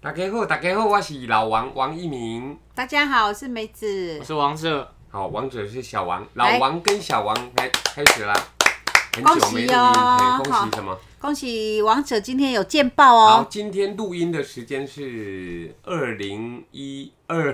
大家好，大家好，我是老王王一鸣。 大家好，我是梅子， 我是王者。 好，王者是小王，老王跟小王开始啦。很久没录音，恭喜什么？ 恭喜王者今天有见报哦。 好，今天录音的时间是2012，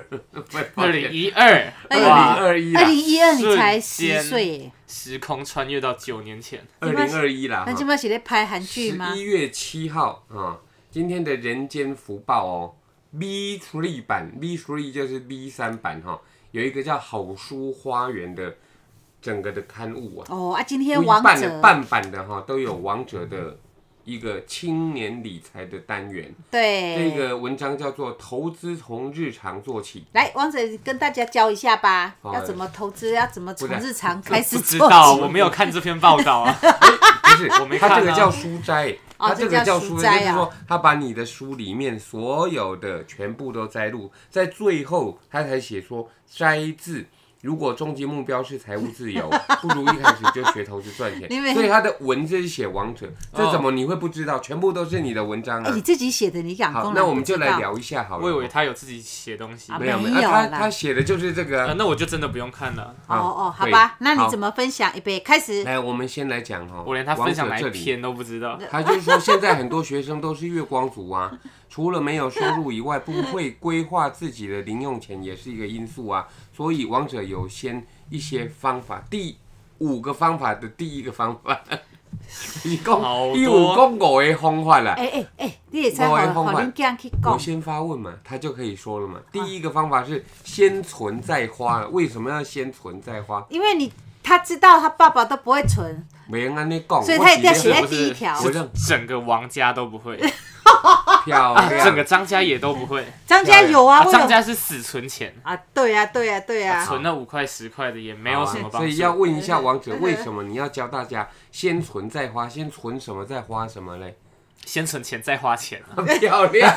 你才10岁耶， 时空穿越到9年前 ，2021啦。 那今天是在拍韩剧吗 ？11月7号啊，今天的《人间福报》哦 ，V3 版 ，V3 就是 V3 版哈，有一个叫好书花园的整个的刊物啊。 哦啊，今天王者半版的哈都有王者的一个青年理财的单元。 对， 这个文章叫做《投资从日常做起》。 来，王者跟大家教一下吧，要怎么投资，要怎么从日常开始做起。 不知道，我没有看这篇报道啊。 不是， 我没看啊。 他这个叫书斋。他这个叫书斋，就是说他把你的书里面所有的全部都摘录，在最后他才写说摘自。如果终极目标是财务自由，不如一开始就学投资赚钱。所以他的文字是写王者，这怎么你会不知道？全部都是你的文章啊！ 你自己写的，你讲好，那我们就来聊一下好了。 我以为他有自己写东西， 没有，他写的就是这个。 那我就真的不用看了。 好吧，那你怎么分享？预备开始。 来，我们先来讲哈。 我连他分享哪一篇都不知道。 他就是说，现在很多学生都是月光族啊，除了没有收入以外，不会规划自己的零用钱也是一个因素啊。所以王者有先一些方法，第5个方法的第1个方法，伊有讲5个方法啦。 你也才好恁囝去讲。 我先发问嘛，他就可以说了嘛。第1个方法是先存再花，为什么要先存再花？ 因为他知道他爸爸都不会存， 没人安尼讲， 所以他一定要写在第1条。 整个王家都不会。 漂亮， 整个张家也都不会。 张家有啊， 张家是死存钱啊，对啊， 存那5块10块的也没有什么帮助。 所以要问一下王者，为什么你要教大家先存再花？先存什么再花什么嘞？ 先存钱再花钱啊！ 漂亮。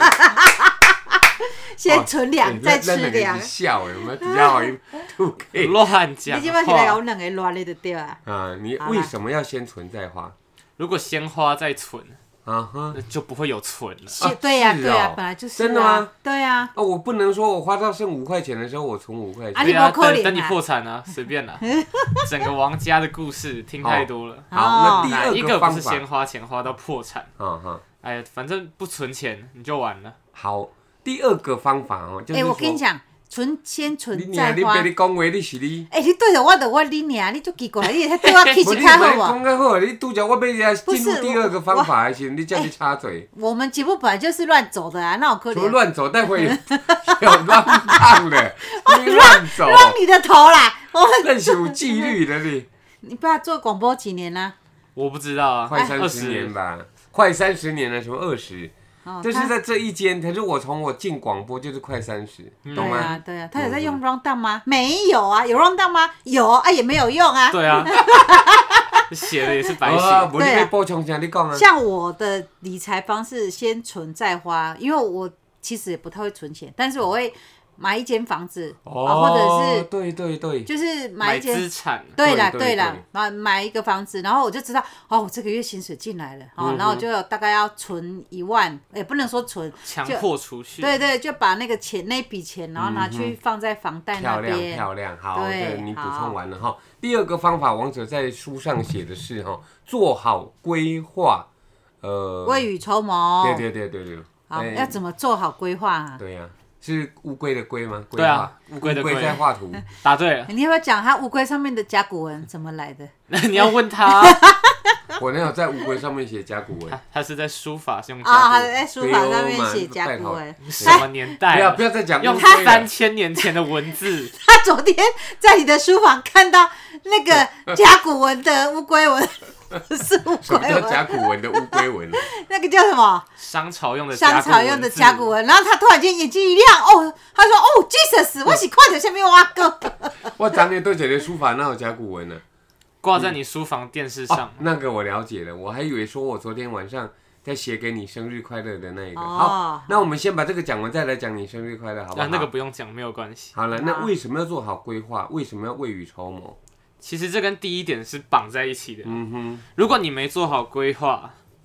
先存粮再吃粮。 笑有没有？比较好乱讲。 你今晚是来我们2个乱的就对了。 你为什么要先存再花？ 如果先花再存。那就不会有存了。 对呀，本来就是。 真的吗？ 对呀。 我不能说我花到剩5块钱的时候，我存5块钱。 对啊，等你破产啊，随便啦。整个王家的故事听太多了。 好，那第2 一个方法不是先花钱花到破产。哎呀，反正不存钱你就完了。 好，第2个方法哦，就是说。 我跟你讲。先存再花。 你讲话你是你。 你对着我就我你尔，你足奇怪，你对我气质较好无？ 讲较好，你拄着我要进入第2个方法的时候，你叫你插嘴。 我们节目本来就是乱走的啊，那我可怜。 除了乱走，待会有乱放的，你乱走。 乱你的头啦！ 那是有纪律的你。 你爸做广播几年啦？ 我不知道啊， 快30年吧，快30年了，什么20？就是在这一间，可是我从我进广播就是快30，懂吗？ 对啊，他有在用 round down 吗？没有啊，有 round down 吗？有啊，也没有用啊。 对啊，写的也是白写。 对啊，你可以补充一下，你讲啊。 像我的理财方式，先存再花，因为我其实也不太会存钱，但是我会。买一间房子，或者是对， 就是买一间资产， 对啦，买一个房子，然后我就知道，我这个月薪水进来了，然后我就大概要存1万，也不能说存， 强迫储蓄， 对，就把那个钱那笔钱，然后拿去放在房贷那边， 漂亮，好，你补充完了哈。第2个方法，王者在书上写的是做好规划， 未雨绸缪， 对， 好，要怎么做好规划啊？ 对呀。是乌龟的龟吗？ 对啊，乌龟的龟在画图。 答对了。 你要不要讲它乌龟上面的甲骨文怎么来的？ 那你要问他。 我哪有在乌龟上面写甲骨文？ 他是在书法用甲骨文。 他在书法上面写甲骨文。 什么年代？ 不要再讲。 用3000年前的文字。 他昨天在你的书房看到那个甲骨文的乌龟文。是乌龟文。 什么叫甲骨文的乌龟文？ 那个叫什么？ 商朝用的甲骨文。然后他突然间眼睛一亮，他说：“Jesus， 我是看到什么挖哥？” 我当年对这个书法哪有甲骨文呢？ 挂在你书房电视上。 那个我了解了，我还以为说我昨天晚上在写给你生日快乐的那一个。好，那我们先把这个讲完，再来讲你生日快乐，好不好？ 那个不用讲，没有关系。 好了，那为什么要做好规划？为什么要未雨绸缪？ 其实这跟第1点是绑在一起的。如果你没做好规划，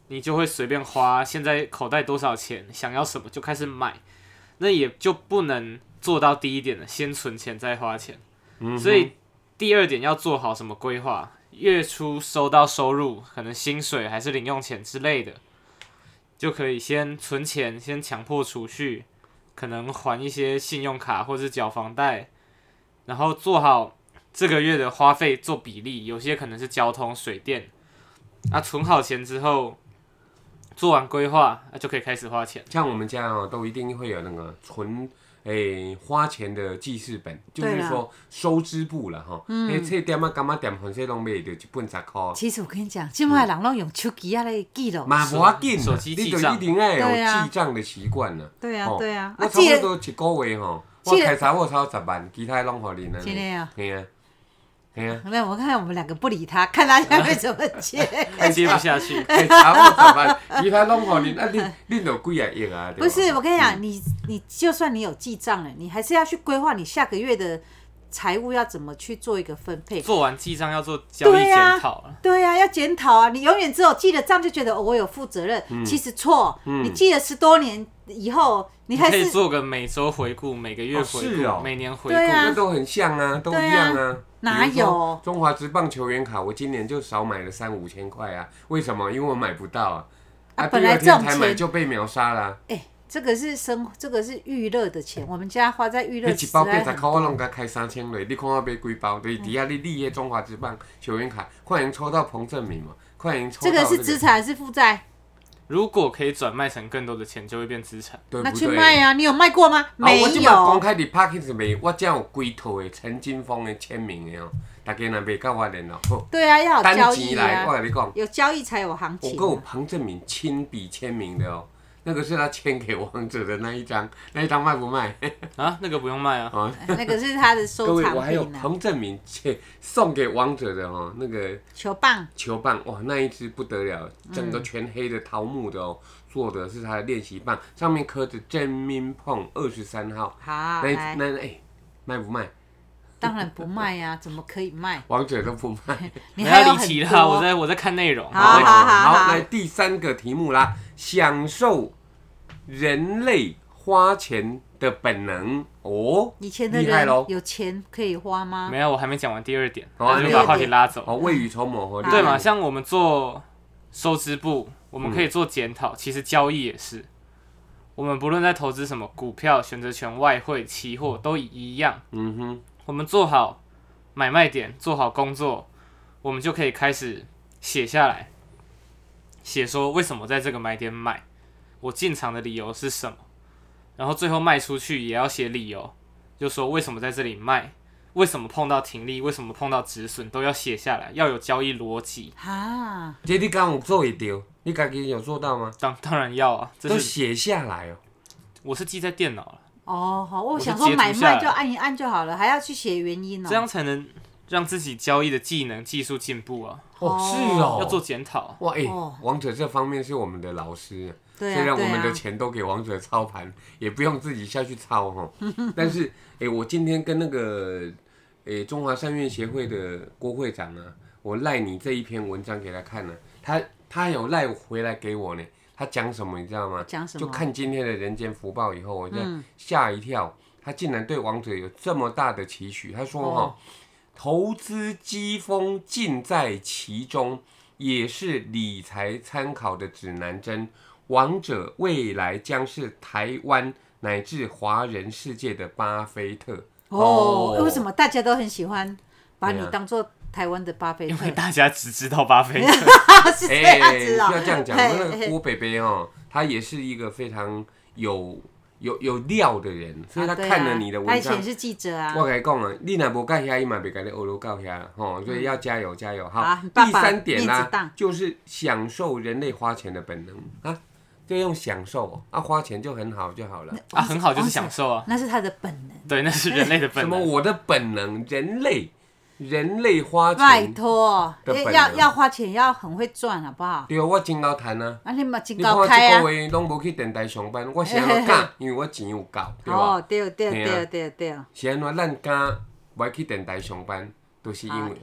你就会随便花，现在口袋多少钱，想要什么就开始买，那也就不能做到第一点了，先存钱再花钱。所以第二点要做好什么规划，月初收到收入，可能薪水还是零用钱之类的，就可以先存钱，先强迫储蓄，可能还一些信用卡或是缴房贷，然后做好这个月的花费做比例，有些可能是交通、水电，存好钱之后，做完规划，就可以开始花钱。 像我们家都一定会有那个花钱的记事本，就是说收支簿啦哈。册店啊、干嘛店，凡说拢买着1本10块。 其实我跟你讲，现在人拢用手机啊来记录。 嘛无要紧， 手机记账，你就一定要有记账的习惯啦。 对啊，对啊。 我差不多一个月我开查某超10万，其他拢互恁安尼。 真的啊。 嘿啊。 没有，我看我们2个不理他，看他下面怎么接。 接不下去。 查某10万，其他拢互恁，恁就几啊亿啊。 不是，我跟你讲，你就算你有记账了，你还是要去规划你下个月的财务要怎么去做一个分配。 做完记账要做交易检讨了。 对啊，要检讨啊！你永远只有记了账就觉得我有负责任，其实错。你记了10多年以后，你还是可以做个每周回顾、每个月回顾、每年回顾， 那都很像啊，都一样啊。 哪有中华职棒球员卡？我今年就少买了3、5千块啊！为什么？因为我买不到啊！ 本来这种才买就被秒杀了。 这个是这个是娱乐的钱，我们家花在娱乐。 一包80块，我拢甲开3000嘞！你看我买几包？就是底下你立迄中华职棒球员卡，快点抽到彭正明嘛！快点抽到。 这个是资产还是负债？ 如果可以转卖成更多的钱，就会变资产。 对不对？ 那去卖啊！你有卖过吗？没有。 我今嘛公开伫 Podcast 卖，我只有几套的陈金峰的签名的大家若卖到我联络。 对啊，要有交易单集来，我跟你讲， 有交易才有行情。 我跟我彭正明亲笔签名的那个是他签给王者的那一张卖不卖？ 那个不用卖啊。 那个是他的收藏品。各位， 我还有彭正明送给王者的那个球棒， 哇，那一只不得了，整个全黑的桃木的做的是他的练习棒，上面刻着真民碰23号。 好， 卖不卖？ 当然不卖呀，怎么可以卖？ 王者都不卖。 你还有离题了，我在看内容。 好， 来第3个题目啦，享受人类花钱的本能以前的人有钱可以花吗？ 没有，我还没讲完第2点，就把话题拉走。 未雨绸缪。 对嘛？像我们做收支簿，我们可以做检讨，其实交易也是。我们不论在投资什么股票、选择权、外汇、期货都一样。我们做好买卖点，做好工作，我们就可以开始写下来，写说为什么在这个买点买，我进场的理由是什么，然后最后卖出去也要写理由，就说为什么在这里卖，为什么碰到停利，为什么碰到止损，都要写下来，要有交易逻辑。 这你刚有做得到？你自己有做到吗？ 当然要啊， 都写下来我是记在电脑了。 好，我想说买卖就按一按就好了，还要去写原因这样才能让自己交易的技能、技术进步啊。 是要做检讨。 哇，王者这方面是我们的老师。 对啊， 虽然我们的钱都给王者操盘，也不用自己下去操但是我今天跟那个中华善愿协会的郭会长啊，我赖你这一篇文章给他看了，他有赖回来给我呢。他讲什么你知道吗？ 讲什么？ 就看今天的《人间福报》以后，我就吓一跳。他竟然对王者有这么大的期许。他说投资机锋尽在其中，也是理财参考的指南针。王者未来将是台湾乃至华人世界的巴菲特。 为什么大家都很喜欢把你当做台湾的巴菲特？ 因为大家只知道巴菲特。 是这样子不要这样讲。我们那个郭北北他也是一个非常有料的人，所以他看了你的文章。 他以前是记者啊。 我跟你讲啊，你若无到遐，伊嘛袂甲你学路到遐所以要加油加油。好，第3点啦，就是享受人类花钱的本能啊。就用享受花钱就很好就好了很好就是享受啊， 那是他的本能。 对，那是人类的本能。 什么我的本能？人类花钱， 拜托，要花钱要很会赚，好不好？ 对，我真够赚啊！ 你嘛真够开啊！ 你看我这个月拢无去电台上班，我是安怎敢？因为我钱有够，对吧？ 对。 是安怎咱敢不爱去电台上班，就是因为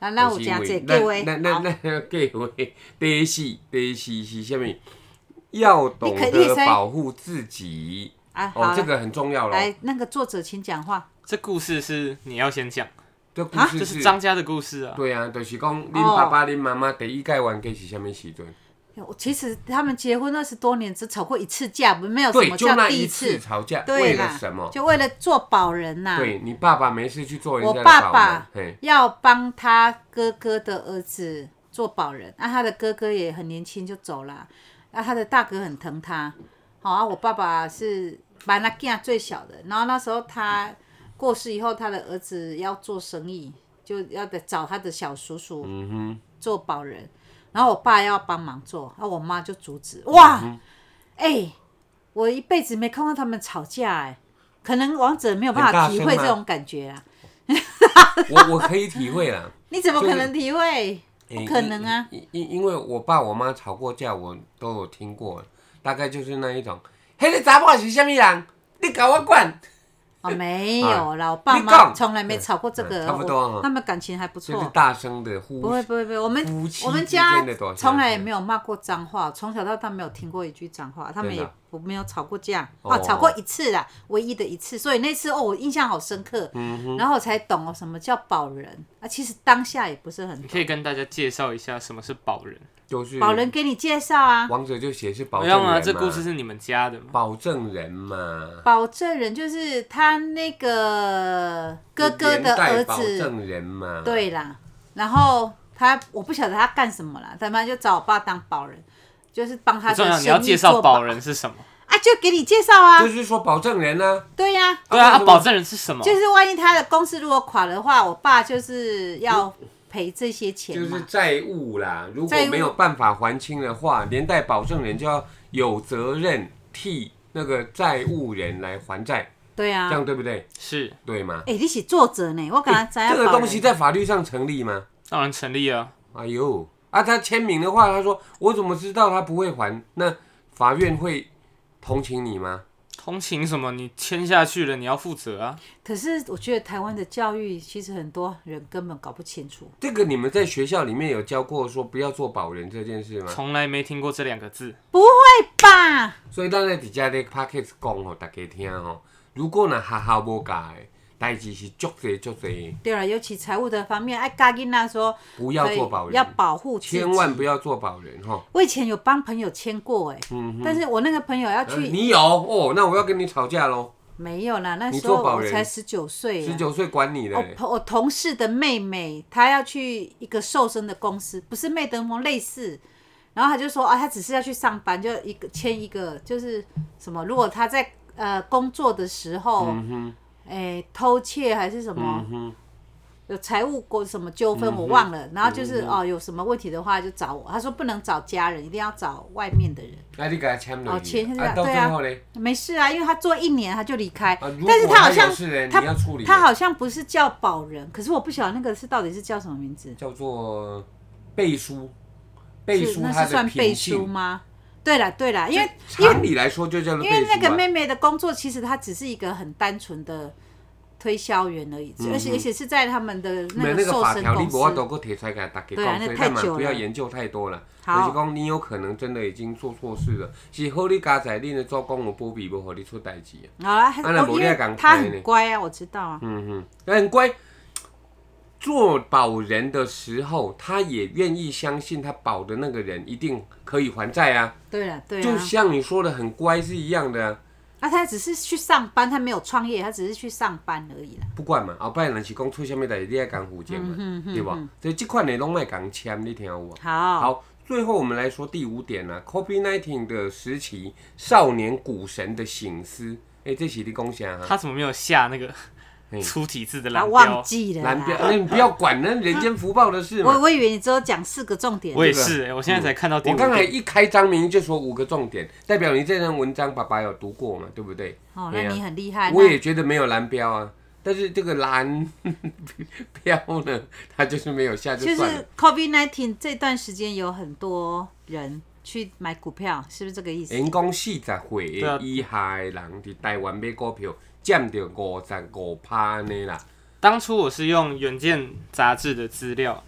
咱有诚济计划。 那计划第四是什么？要懂得保护自己。这个很重要咯。 来，那个作者请讲话。 这故事是你要先讲。 这故事是张家的故事啊。 对啊，就是讲恁爸爸、恁妈妈第一届冤家是什么时阵？ 其实他们结婚20多年，只吵过一次架，没有什么叫第一次吵架。 为了什么？ 就为了做保人呐。 对，你爸爸没事去做人家的保人。 我爸爸要帮他哥哥的儿子做保人，他的哥哥也很年轻就走了，他的大哥很疼他。我爸爸是把他囝最小的，然后那时候他过世以后，他的儿子要做生意，就要找他的小叔叔做保人，然后我爸要帮忙做，我妈就阻止。哇，我一辈子没看到他们吵架，可能王者没有办法体会这种感觉啊。 我可以体会啦。 你怎么可能体会？不可能啊！ 因为我爸我妈吵过架，我都有听过，大概就是那一种，迄个查某是什么人？你搞我管？ 没有啦，我爸妈从来没吵过这个， 差不多他们感情还不错。 就是大声的呼。 不会，我们家从来也没有骂过脏话，从小到大没有听过一句脏话，他们也没有吵过架，吵过一次啦，唯一的一次，所以那次我印象好深刻，然后我才懂什么叫保人啊，其实当下也不是很懂。 你可以跟大家介绍一下什么是保人。 就是保人给你介绍啊， 王者就写是保证人嘛。 这故事是你们家的吗？ 保证人嘛。 保证人就是他那个哥哥的儿子。 保证人嘛。 对啦，然后我不晓得他干什么啦，他们就找我爸当保人，就是帮他的生意做保。 你要介绍保人是什么？ 就给你介绍啊。 就是说保证人啊。 对呀。 对啊，保证人是什么？ 就是万一他的公司如果垮的话，我爸就是要赔这些钱嘛， 就是债务啦。如果没有办法还清的话，连带保证人就要有责任替那个债务人来还债。 对啊， 这样对不对？ 是， 对吗？ 你是作者呢，我刚才知道。 这个东西在法律上成立吗？ 当然成立啊。 哎呦，他签名的话，他说我怎么知道他不会还？那法院会同情你吗？ 同情什么？你签下去了，你要负责啊。 可是我觉得台湾的教育其实很多人根本搞不清楚。 这个你们在学校里面有教过说不要做保人这件事吗？ 从来没听过这2个字。 不会吧？ 所以咱在底下咧 podcast 讲吼，大家听吼，如果若学校无教的代志是足多。 对了，尤其财务的方面，教囡仔说不要做保人， 要保护自己， 千万不要做保人哈。 我以前有帮朋友签过但是我那个朋友要去， 你有哦，那我要跟你吵架咯。 没有啦，那时候我才19岁 ，19岁管你的。 我同事的妹妹，她要去一个瘦身的公司，不是媚登峰类似，然后她就说她只是要去上班，就签一个就是什么，如果她在工作的时候。偷窃还是什么，有财务过什么纠纷我忘了，然后就是有什么问题的话就找我，他说不能找家人，一定要找外面的人。 那你给他签了？ 签是这样， 对啊， 没事啊，因为他做1年他就离开， 但是他好像他好像不是叫保人，可是我不晓得那个到底是叫什么名字， 叫做背书， 那是算背书吗？对啦，因为常理来说就叫做背书啊。 因为那个妹妹的工作其实她只是一个很单纯的推销员而已，而且是在他们的那个瘦身公司。对啊，那太久了， 不要研究太多了。就是讲你有可能真的已经做错事了，是好你家在恁的祖公有保庇，无互你出代志啊。 好啦，因为他很乖啊，我知道啊。 很乖。做保人的时候，他也愿意相信他保的那个人一定可以还债啊。 对啊， 就像你说的很乖是一样的啊。 他只是去上班，他没有创业，他只是去上班而已啦。 不管嘛，后摆若是讲出什么代志，你爱讲负责嘛，对吧？所以这款的拢莫讲签，你听有无？好，最后我们来说第5点啦 ，COVID-19 的时期，少年股神的省思。这是你讲啥？ 他怎么没有下那个？粗体字的蓝标， 他忘记了。 蓝标，那你不要管那人间福报的事嘛。 我以为你只有讲4个重点。 我也是，我现在才看到第5点。 我刚才一开张名就说5个重点，代表你这篇文章爸爸有读过嘛，对不对？ 那你很厉害。 我也觉得没有蓝标啊，但是这个蓝标呢，它就是没有下就算了。 就是 COVID-19 这段时间有很多人去买股票，是不是这个意思？ 因讲40岁以下的人伫台湾买股票。占到55%呢啦。 当初我是用《远见》杂志的资料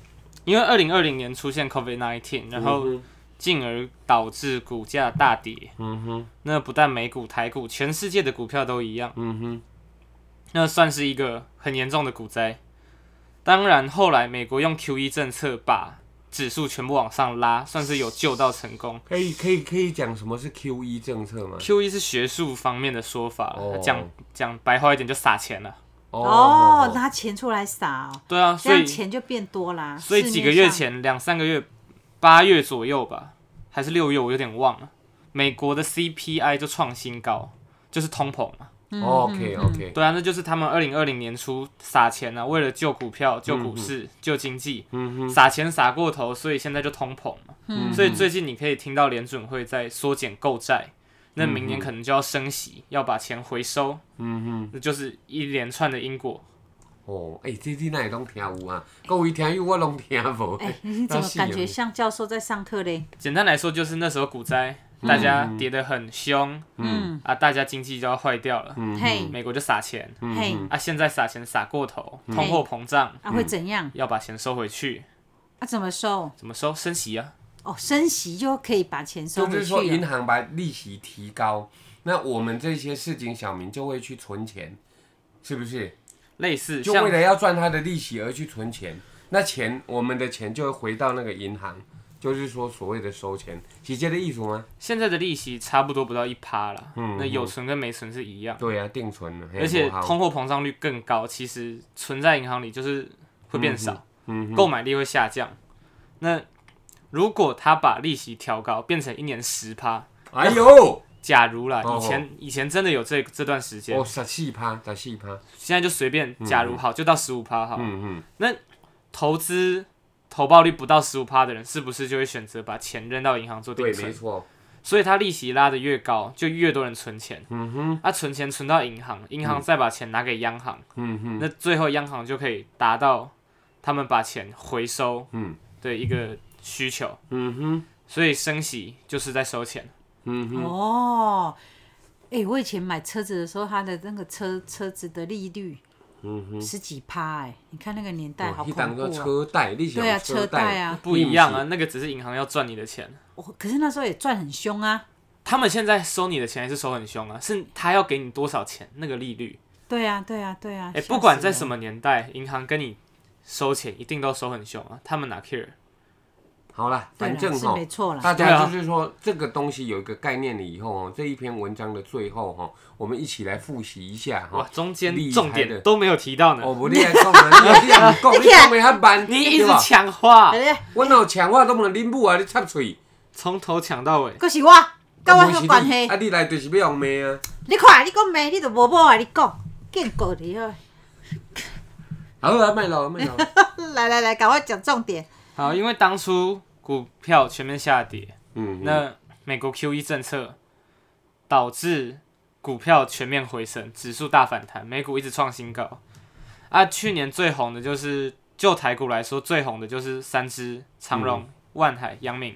因为2020年出现 COVID-19， 然后进而导致股价大跌。那不但美股、台股，全世界的股票都一样。那算是一个很严重的股灾。当然，后来美国用 QE 政策把指数全部往上拉，算是有救到成功。 可以讲什么是 QE 政策吗 ？QE 是学术方面的说法，讲白话一点就撒钱了。 拿钱出来撒哦。 对啊，所以钱就变多啦。 所以几个月前2-3个月，8月左右吧，还是6月，我有点忘了。美国的 CPI 就创新高，就是通膨嘛。 OK， 对啊，那就是他们2020年初撒钱啊，为了救股票、救股市、救经济，撒钱撒过头，所以现在就通膨嘛。所以最近你可以听到联准会在缩减购债，那明年可能就要升息，要把钱回收。那就是一连串的因果。 这哪会拢听有啊？各位听友我拢听无。 你怎么感觉像教授在上课嘞？ 简单来说，就是那时候股灾。大家跌得很凶，大家经济就要坏掉了，美国就撒钱，现在撒钱撒过头，通货膨胀， 会怎样？ 要把钱收回去， 怎么收？ 升息啊！ 升息就可以把钱收回去了。 就是说，银行把利息提高，那我们这些市井小民就会去存钱，是不是？ 类似， 就为了要赚他的利息而去存钱，那我们的钱就会回到那个银行。就是说，所谓的收钱，是这个意思吗？ 现在的利息差不多不到1%啦，那有存跟没存是一样。 对啊，定存了， 而且通货膨胀率更高，其实存在银行里就是会变少，购买力会下降。那如果他把利息调高，变成1年10%， 哎呦， 假如啦，以前真的有这段时间 ，14%， 现在就随便，假如好，就到15%好，那投报率不到15%的人，是不是就会选择把钱扔到银行做定存？ 对，没错。 所以他利息拉得越高，就越多人存钱。存钱存到银行，银行再把钱拿给央行。那最后央行就可以达到他们把钱回收的一个需求。所以升息就是在收钱。 我以前买车子的时候，它的那个车子的利率。10几%你看那个年代好恐怖啊！ 车贷， 对啊，车贷啊， 不一样啊，那个只是银行要赚你的钱。 可是那时候也赚很凶啊。 他们现在收你的钱还是收很凶啊，是他要给你多少钱那个利率。 对啊。 不管在什么年代，银行跟你收钱一定都收很凶啊，他们哪 care？ 好啦，反正大家就是说这个东西有一个概念了以后这一篇文章的最后我们一起来复习一下哇，中间重点都没有提到呢。 不，你来讲啊，你讲的较慢， 你一直抢话， 我哪有抢话都不能恁母啊，你插嘴， 从头抢到尾。 可是我，跟我有关系。 你来就是要用骂啊。 你看，你讲骂，你就无某啊，你讲，见过你好。 好啊，卖了。 来，赶快讲重点。 好，因为当初股票全面下跌，那美国 QE 政策导致股票全面回升，指数大反弹，美股一直创新高。去年最红的就是就台股来说，最红的就是3只长荣、万海、阳明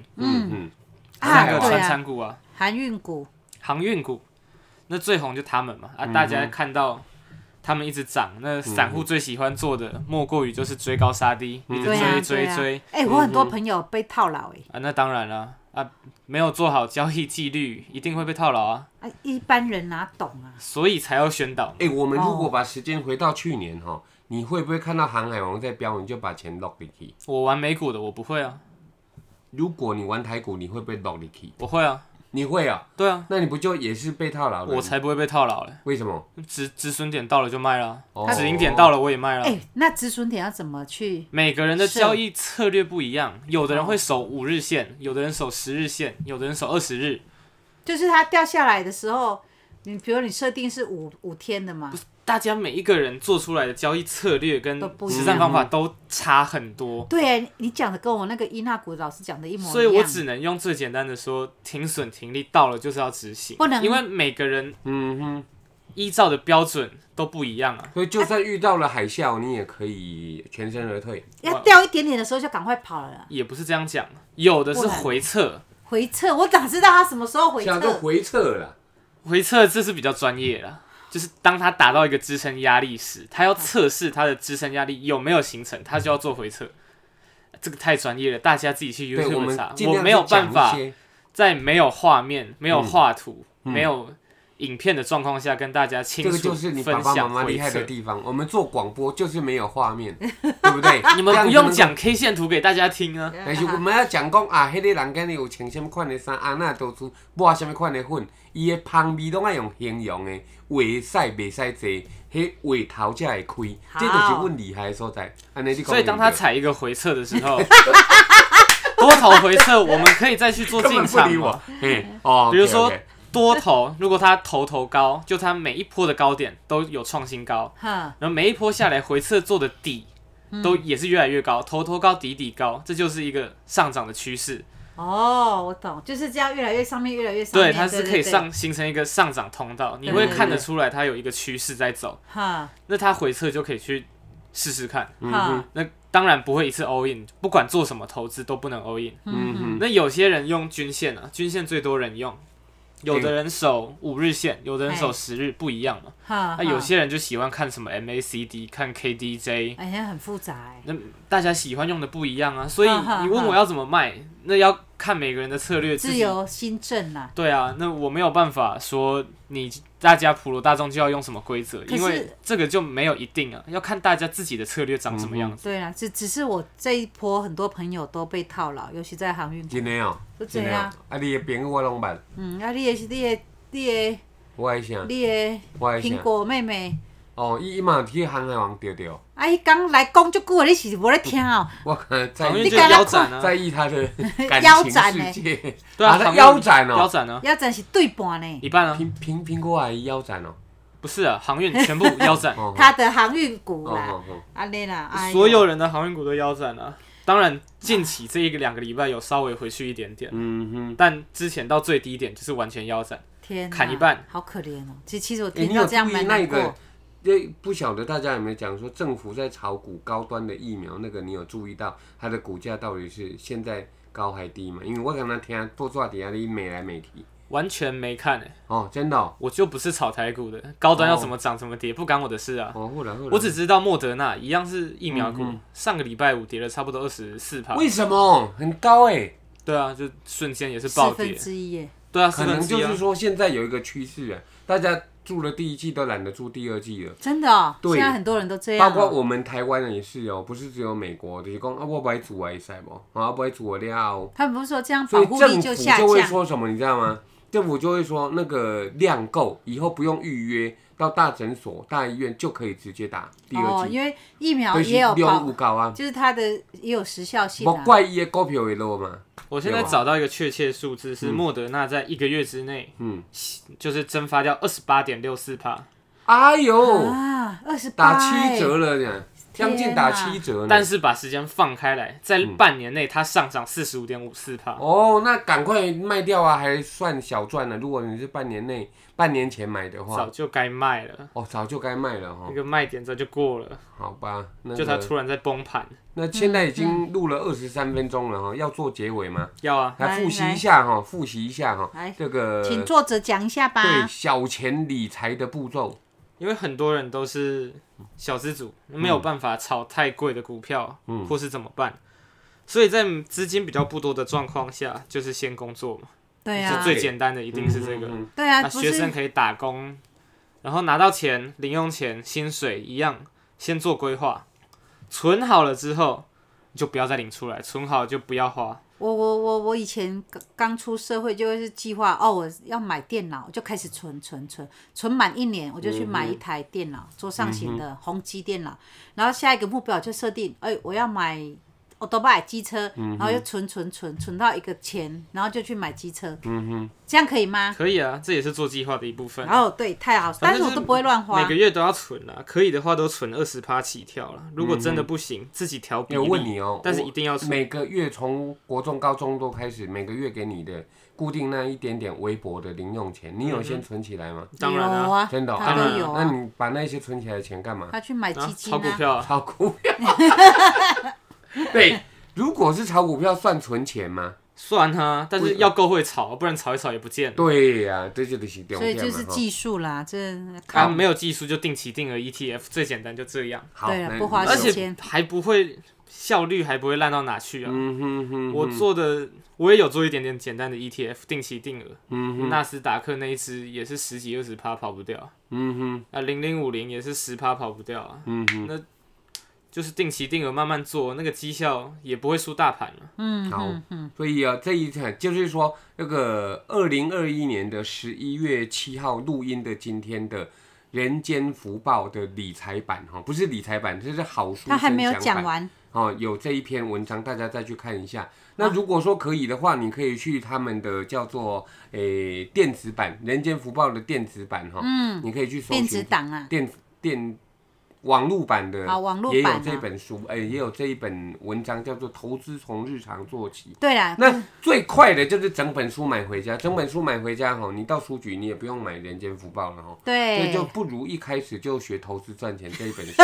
，3个传产股啊， 航运股，那最红就他们嘛，大家看到。他们一直涨，那散户最喜欢做的莫过于就是追高杀低，一直追。 我很多朋友被套牢那当然了没有做好交易纪律，一定会被套牢啊。 一般人哪懂啊？ 所以才要宣导。 我们如果把时间回到去年你会不会看到航海王在飙，你就把钱落进去？ 我玩美股的，我不会啊。 如果你玩台股，你会不会落进去？ 我会啊。 你会啊？ 对啊， 那你不就也是被套牢了？ 我才不会被套牢嘞！ 为什么？ 止损点到了就卖了，止盈点到了我也卖了。 那止损点要怎么去？ 每个人的交易策略不一样，有的人会守5日线，有的人守10日线，有的人守20日。 就是它掉下来的时候，比如你设定是5天的嘛？ 大家每一个人做出来的交易策略跟实战方法都差很多。 对，你讲的跟我那个伊纳古老师讲的一模一样。 所以我只能用最简单的说，停损停利到了就是要执行，不能因为每个人依照的标准都不一样啊。 所以就算遇到了海啸，你也可以全身而退。 要掉一点点的时候就赶快跑了啦。 也不是这样讲，有的是回撤。 我哪知道他什么时候回撤？ 想就回撤了。 回撤这是比较专业啦。就是当他达到一个支撑压力时，他要测试他的支撑压力有没有形成，他就要做回撤。 这个太专业了，大家自己去 YouTube 查， 我没有办法在没有画面、没有画图、没有影片的状况下跟大家清楚分享。 这个就是你爸爸妈妈厉害的地方。我们做广播就是没有画面，对不对？ 你们不用讲 K 线图给大家听啊。 但是我们要讲讲啊，迄个人今日有穿什么款的衫，安那都出抹什么款的粉，伊的香味拢爱用形容的，袂使袂使济，迄话头才会开，这就是阮厉害的所在。 所以当他踩一个回撤的时候。多头回撤，我们可以再去做进场嘛？比如说多头，如果它头高，就它每一波的高点都有创新高，然后每一波下来回撤做的底都也是越来越高，头高底高，这就是一个上涨的趋势。 哦，我懂，就是这样越来越上面，越来越上面。 对，它是可以形成一个上涨通道，你会看得出来它有一个趋势在走。那它回撤就可以去试试看。那当然不会一次 all in， 不管做什么投资都不能 all in。那有些人用均线啊，均线最多人用，有的人守5日线，有的人守10日，不一样嘛。那有些人就喜欢看什么 MACD， 看 KDJ， 哎呀，很复杂哎。 那大家喜欢用的不一样啊，所以你问我要怎么卖，那要看每个人的策略。 自由心证啦。 对啊，那我没有办法说大家普罗大众就要用什么规则，因为这个就没有一定啊，要看大家自己的策略长什么样子。 对啊，只是我这一波很多朋友都被套牢，尤其在航运股。 真的哦， 就这样。 啊，你的朋友我拢捌。我的啥？ 你的苹果妹妹。 哦，伊嘛有去航海王对。 啊，伊刚来讲足久，你是无咧听哦？ 我可能在意腰斩啊， 在意他的感情世界。 对啊， 他腰斩哦， 腰斩啊， 腰斩是对半呢， 一半啊。 苹果还腰斩哦？ 不是啊，航运全部腰斩。 他的航运股啦，安尼啦， 所有人的航运股都腰斩啊。当然，近期这2个礼拜有稍微回去一点点，但之前到最低点就是完全腰斩，砍一半， 好可怜哦。其实我听到这样蛮难过。 不晓得大家有没有讲说政府在炒股高端的疫苗，那个你有注意到它的股价到底是现在高还低吗？因为我刚刚听多抓底下你美来美去， 完全没看哦，真的、哦， 我就不是炒台股的，高端要怎么涨怎么跌，不干我的事啊。我只知道莫德纳一样是疫苗股，上个礼拜5跌了差不多24%。 为什么？很高哎。 对啊，就瞬间也是暴跌 1/4耶。 对啊， 可能就是说现在有一个趋势啊，大家住了第1季都懒得住第2季了。 真的哦， 对， 现在很多人都这样、 包括我们台湾人也是哦，不是只有美国，就是讲啊，我不爱住会使不？啊，不爱住了。 他们不是说这样保护力就下降？ 所以政府就会说什么，你知道吗？政府就会说那个量够，以后不用预约，到大诊所、大医院就可以直接打第2剂。 哦，因为疫苗也有高啊， 就是它的也有时效性、啊。 不怪伊的股票会落嘛。 我现在找到一个确切数字，是莫德纳在1个月之内，就是蒸发掉28.64%。 哎呦啊，28% 打7折了呢，将近打7折呢。 但是把时间放开来，在半年内它上涨45.54%。 哦，那赶快卖掉啊，还算小赚呢。如果你是半年前买的话， 早就该卖了。 哦，早就该卖了哈。 那个卖点早就过了。 好吧， 就它突然在崩盘。 那现在已经录了23分钟了哈，要做结尾吗？ 要啊， 来复习一下哈，复习一下哈。这个， 请作者讲一下吧。 对，小钱理财的步骤。 因为很多人都是小资族，没有办法炒太贵的股票，或是怎么办？所以在资金比较不多的状况下，就是先工作嘛。 对啊， 最简单的一定是这个。 对啊， 那学生可以打工，然后拿到钱、零用钱、薪水一样，先做规划，存好了之后就不要再领出来，存好就不要花。 我以前刚出社会就会是计划哦，我要买电脑，就开始存满1年，我就去买一台电脑，桌上型的宏基电脑，然后下一个目标就设定，我要买Autobike 机车，然后又存到一个钱，然后就去买机车，这样可以吗？ 可以啊，这也是做计划的一部分。 哦，对，太好，但是我都不会乱花， 每个月都要存啊，可以的话都存20%起跳了。如果真的不行，自己调比例。 我问你哦， 但是一定要存。 每个月从国中、高中都开始，每个月给你的固定那一点点微薄的零用钱，你有先存起来吗？ 当然啊， 真的， 当然有。 那你把那些存起来的钱干嘛？ 他去买基金炒股票， 炒股票。对。如果是炒股票，算存钱吗？ 算啊，但是要够会炒，不然炒一炒也不见了。 对呀，这就是重点嘛。 所以就是技术啦，这没有技术就定期定额 ETF， 最简单就这样。 好， 对了，不花时间， 而且还不会效率还不会烂到哪去啊。我也有做一点点简单的 ETF 定期定额，纳斯达克那一只也是10几20%跑不掉，0050也是10%跑不掉啊，那就是定期定额慢慢做，那个绩效也不会输大盘了。 好，所以啊，这一场就是说，那个2021年的11月7号录音的今天的《人间福报》的理财版哈，不是理财版，这是好书他还没有分享版讲完哦，有这一篇文章，大家再去看一下。那如果说可以的话，你可以去他们的叫做电子版《人间福报》的电子版哈，你可以去搜寻电子档啊， 网络版的， 网络版也有这本书，也有这一本文章叫做《投资从日常做起》。 对啦， 那最快的就是整本书买回家，整本书买回家哈，你到书局你也不用买《人间福报》了哈。 对， 所以就不如一开始就学投资赚钱这一本书。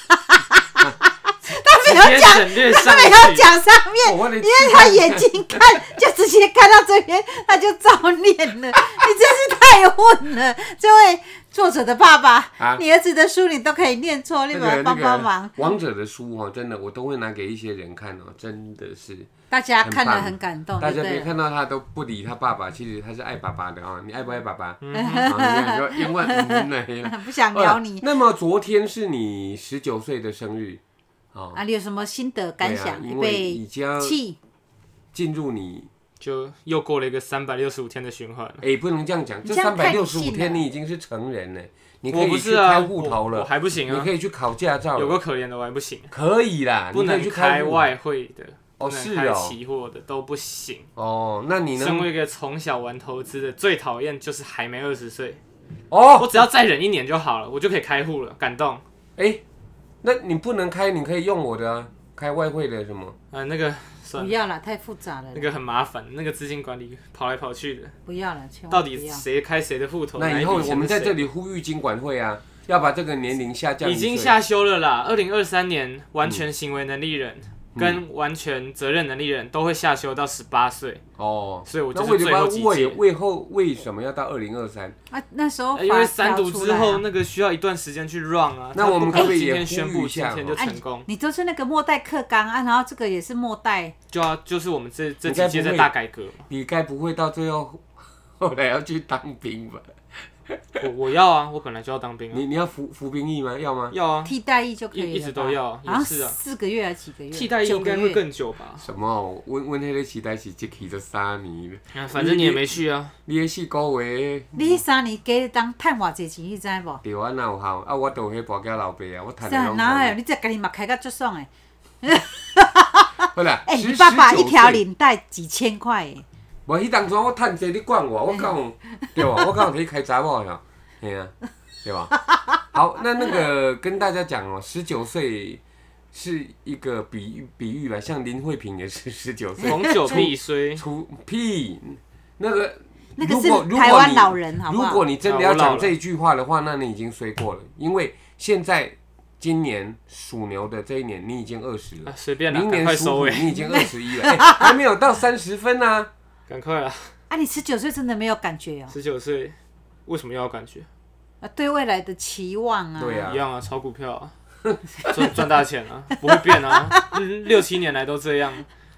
他没有讲上面，因为他眼睛看就直接看到这边，他就照念了。你真是太混了，这位作者的爸爸，你儿子的书你都可以念错，你把帮帮忙。 王者的书哦，真的我都会拿给一些人看哦，真的是大家看了很感动。 大家别看到他都不理他爸爸，其实他是爱爸爸的哦。你爱不爱爸爸？因为不想聊你。 那么昨天是你19岁的生日。 你有什么心得感想？ 因为已经进入你就又过了一个365天的循环。 不能这样讲，这365天你已经是成人了，你可以去开户头了， 我还不行啊， 你可以去考驾照了， 有个可怜的我还不行。 可以啦， 不能开外汇的， 不能开期货的都不行。 那你呢？ 身为一个从小玩投资的，最讨厌就是还没20岁。 我只要再忍1年就好了，我就可以开户了，感动。 那你不能开，你可以用我的啊，开外汇的什么？ 那个不要了，太复杂了。 那个很麻烦，那个资金管理跑来跑去的。 不要了，千万不要。 到底谁开谁的户头？ 那以后我们在这里呼吁金管会啊，要把这个年龄下降。 已经下修了啦，2023年完全行为能力人跟完全责任能力人都会下修到18岁。所以我就是最后几届。 为什么要到2023？ 那时候因为3读之后那个需要一段时间去 run 啊。 那我们可不可以今天宣布，今天就成功？ 你都是那个末代课纲啊，然后这个也是末代。 就是我们这几届在大改革。 你该不会到最后来要去当兵吧？ 我要啊，我本来就要当兵啊。 你要服兵役吗？要吗？ 要啊， 替代役就可以了。 一直都要，也是啊。 4个月还是几个月？ 替代役应该会更久吧？ 什么？阮迄个替代是一去就3年。 反正你也没去啊。 你迄4个月。 你迄3年加当赚偌济钱，你知无？ 对啊，哪有效？我都有迄跋筊老爸啊，我赚的拢。 哪有？你这家己嘛开甲足爽诶。 好啦， 你爸爸一条领带几千块诶。 无，迄当初我趁济，你管我敢有对吧？我敢有去开查某呀？嘿啊，对吧？好，那个跟大家讲哦，19岁是一个比喻吧，像林慧萍也是19岁， 逢九必衰， 那个是台湾老人，好不好？ 如果你真的要讲这一句话的话，那你已经衰过了，因为现在今年属牛的这一年你已经20了， 随便啦， 明年属虎你已经21了，还没有到30分啊， 赶快啦！ 你19岁真的没有感觉哦 ？19岁为什么要有感觉？ 对未来的期望啊， 对啊， 一样啊，炒股票啊，赚大钱啊，不会变啊，6-7年来都这样。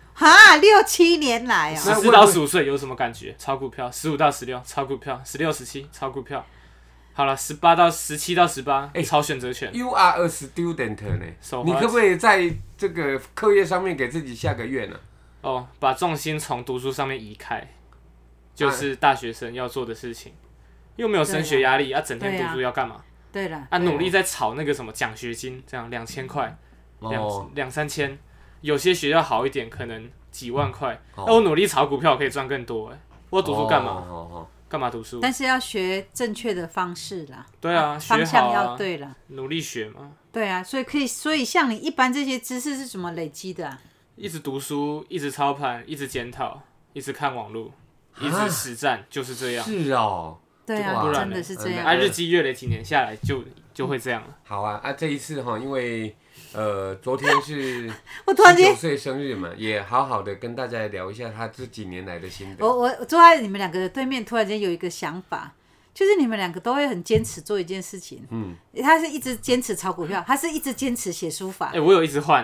6-7年来 14到15岁有什么感觉？炒股票，15到16炒股票，16-17炒股票。好了，17到18炒选择权。 You are a student 呢？你可不可以在这个课业上面给自己下个愿呢？ 把重心从读书上面移开，就是大学生要做的事情。又没有升学压力，整天读书要干嘛？ 对了， 努力在炒那个什么奖学金，这样2000块，2-3千，有些学校好一点，可能几万块。我努力炒股票可以赚更多我读书干嘛？干嘛读书？ 但是要学正确的方式啦。 对啊， 方向要对了， 努力学嘛。 对啊，所以像你一般这些知识是怎么累积的？ 一直读书，一直操盘，一直检讨，一直看网络，一直实战，就是这样。 是哦。 对啊，真的是这样。 日积月累几年下来就会这样了。 好啊，这一次因为昨天是我突然间 19岁生日嘛，也好好的跟大家聊一下他这几年来的心得。 我坐在你们两个的对面，突然间有一个想法，就是你们两个都会很坚持做一件事情。他是一直坚持炒股票，他是一直坚持写书法。 我有一直换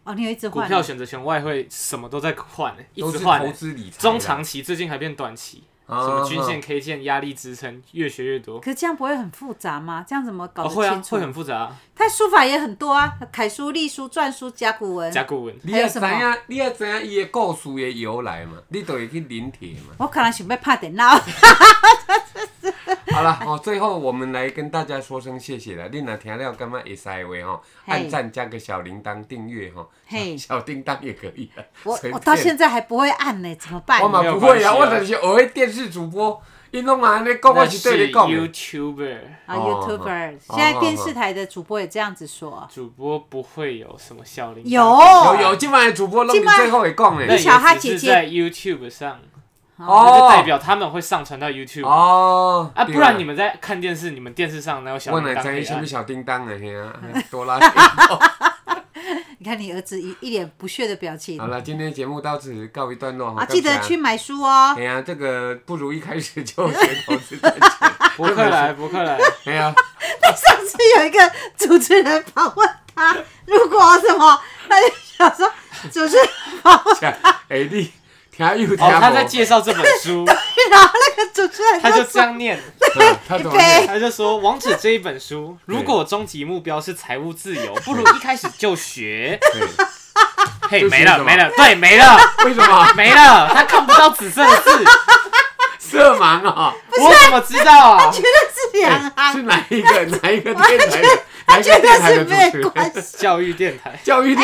哦，你有一直换股票、选择权、外汇什么都在换，一都是直换投资理财啦， 中长期最近还变短期，什么均线、 啊 K 线、压力支撑，越学越多。 可是这样不会很复杂吗？这样怎么搞得会啊， 清楚？ 会很复杂啊。 它书法也很多啊，楷书、隶书、篆书、甲骨文。 甲骨文， 你也知影，你也知影伊的故事的由来嘛，你就会去临帖嘛。 我可能想要拍电脑。 好了，最后我们来跟大家说声谢谢了。你若听了感觉会使的话，按赞加个小铃铛订阅小叮当也可以了。 我到现在还不会按呢，怎么办？ 我嘛不会啊，我就是学迄电视主播，因拢嘛安尼讲，我是对你讲的。 YouTuber 啊，YouTuber，现在电视台的主播也这样子说。 主播不会有什么小铃铛， 有， 今晚的主播拢是最后会讲的。 那小哈姐姐在 YouTube 上。那就代表他们会上传到 YouTube 不然你们在看电视，你们电视上哪有小叮当？ 我哪知什么小叮当的哆啦 A 你看你儿子一脸不屑的表情。 好了，今天节目到此告一段落记得去买书哦。 哎呀，这个不如一开始就学投资赚钱。 博客来。 哎呀， 上次有一个主持人访问他，如果什么，他就想说主持人访问他， 你。听他在介绍这本书， 然后那个主持人他就这样念， 他怎么念？ 他就说：“王子这一本书，如果终极目标是财务自由，不如一开始就学。”嘿，没了，对，没了。 为什么？ 没了，他看不到紫色的字， 色盲啊！ 我怎么知道啊？ 他觉得是两行， 是哪一个电台的？ 他觉得是没关系。 教育电台。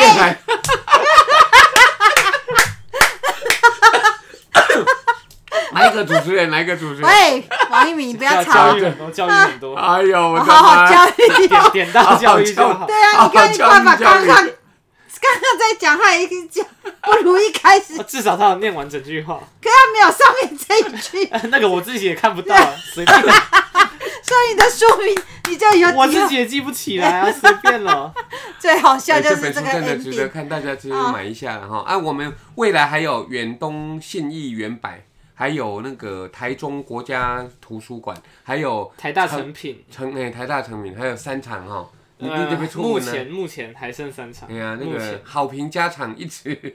哪一个主持人？ 喂，王一鸣，你不要吵。 教育很多。 哎呦，我的好好教育， 点到教育就好。 对啊，你看你爸爸刚刚在讲，他也讲，不如一开始。 至少他有念完整句话。 可他没有上面这一句。 那个我自己也看不到，随便。 所以你的书名你就有。 我自己也记不起来啊，随便了。 最好笑就是这本书真的值得看，大家去买一下哈。我们未来还有远东信义远百。还有那个台中国家图书馆，还有台大成品， 台大成品，还有3场哈。你这边出门呢？ 目前还剩3场。 哎呀，那个好评加场一直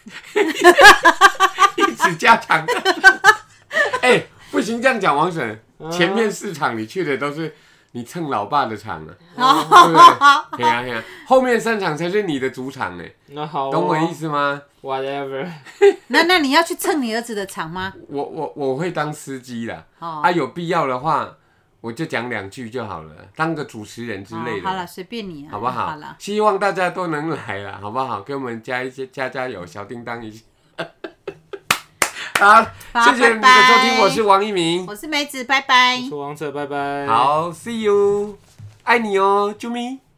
加场。不行这样讲，王婶，前面4场你去的都是你蹭老爸的场了，对不对？嘿呀，后面3场才是你的主场呢。 那好， 懂我意思吗 ？Whatever。 那你要去蹭你儿子的场吗？ 我会当司机啦。有必要的话，我就讲2句就好了，当个主持人之类的。 好了，随便你， 好不好？希望大家都能来啦，好不好？给我们加油，小叮当一下。好，谢谢你的收听，我是王一鸣， 我是梅子，拜拜。 我是王者，拜拜。 好 ，See you，爱你哦，啾咪。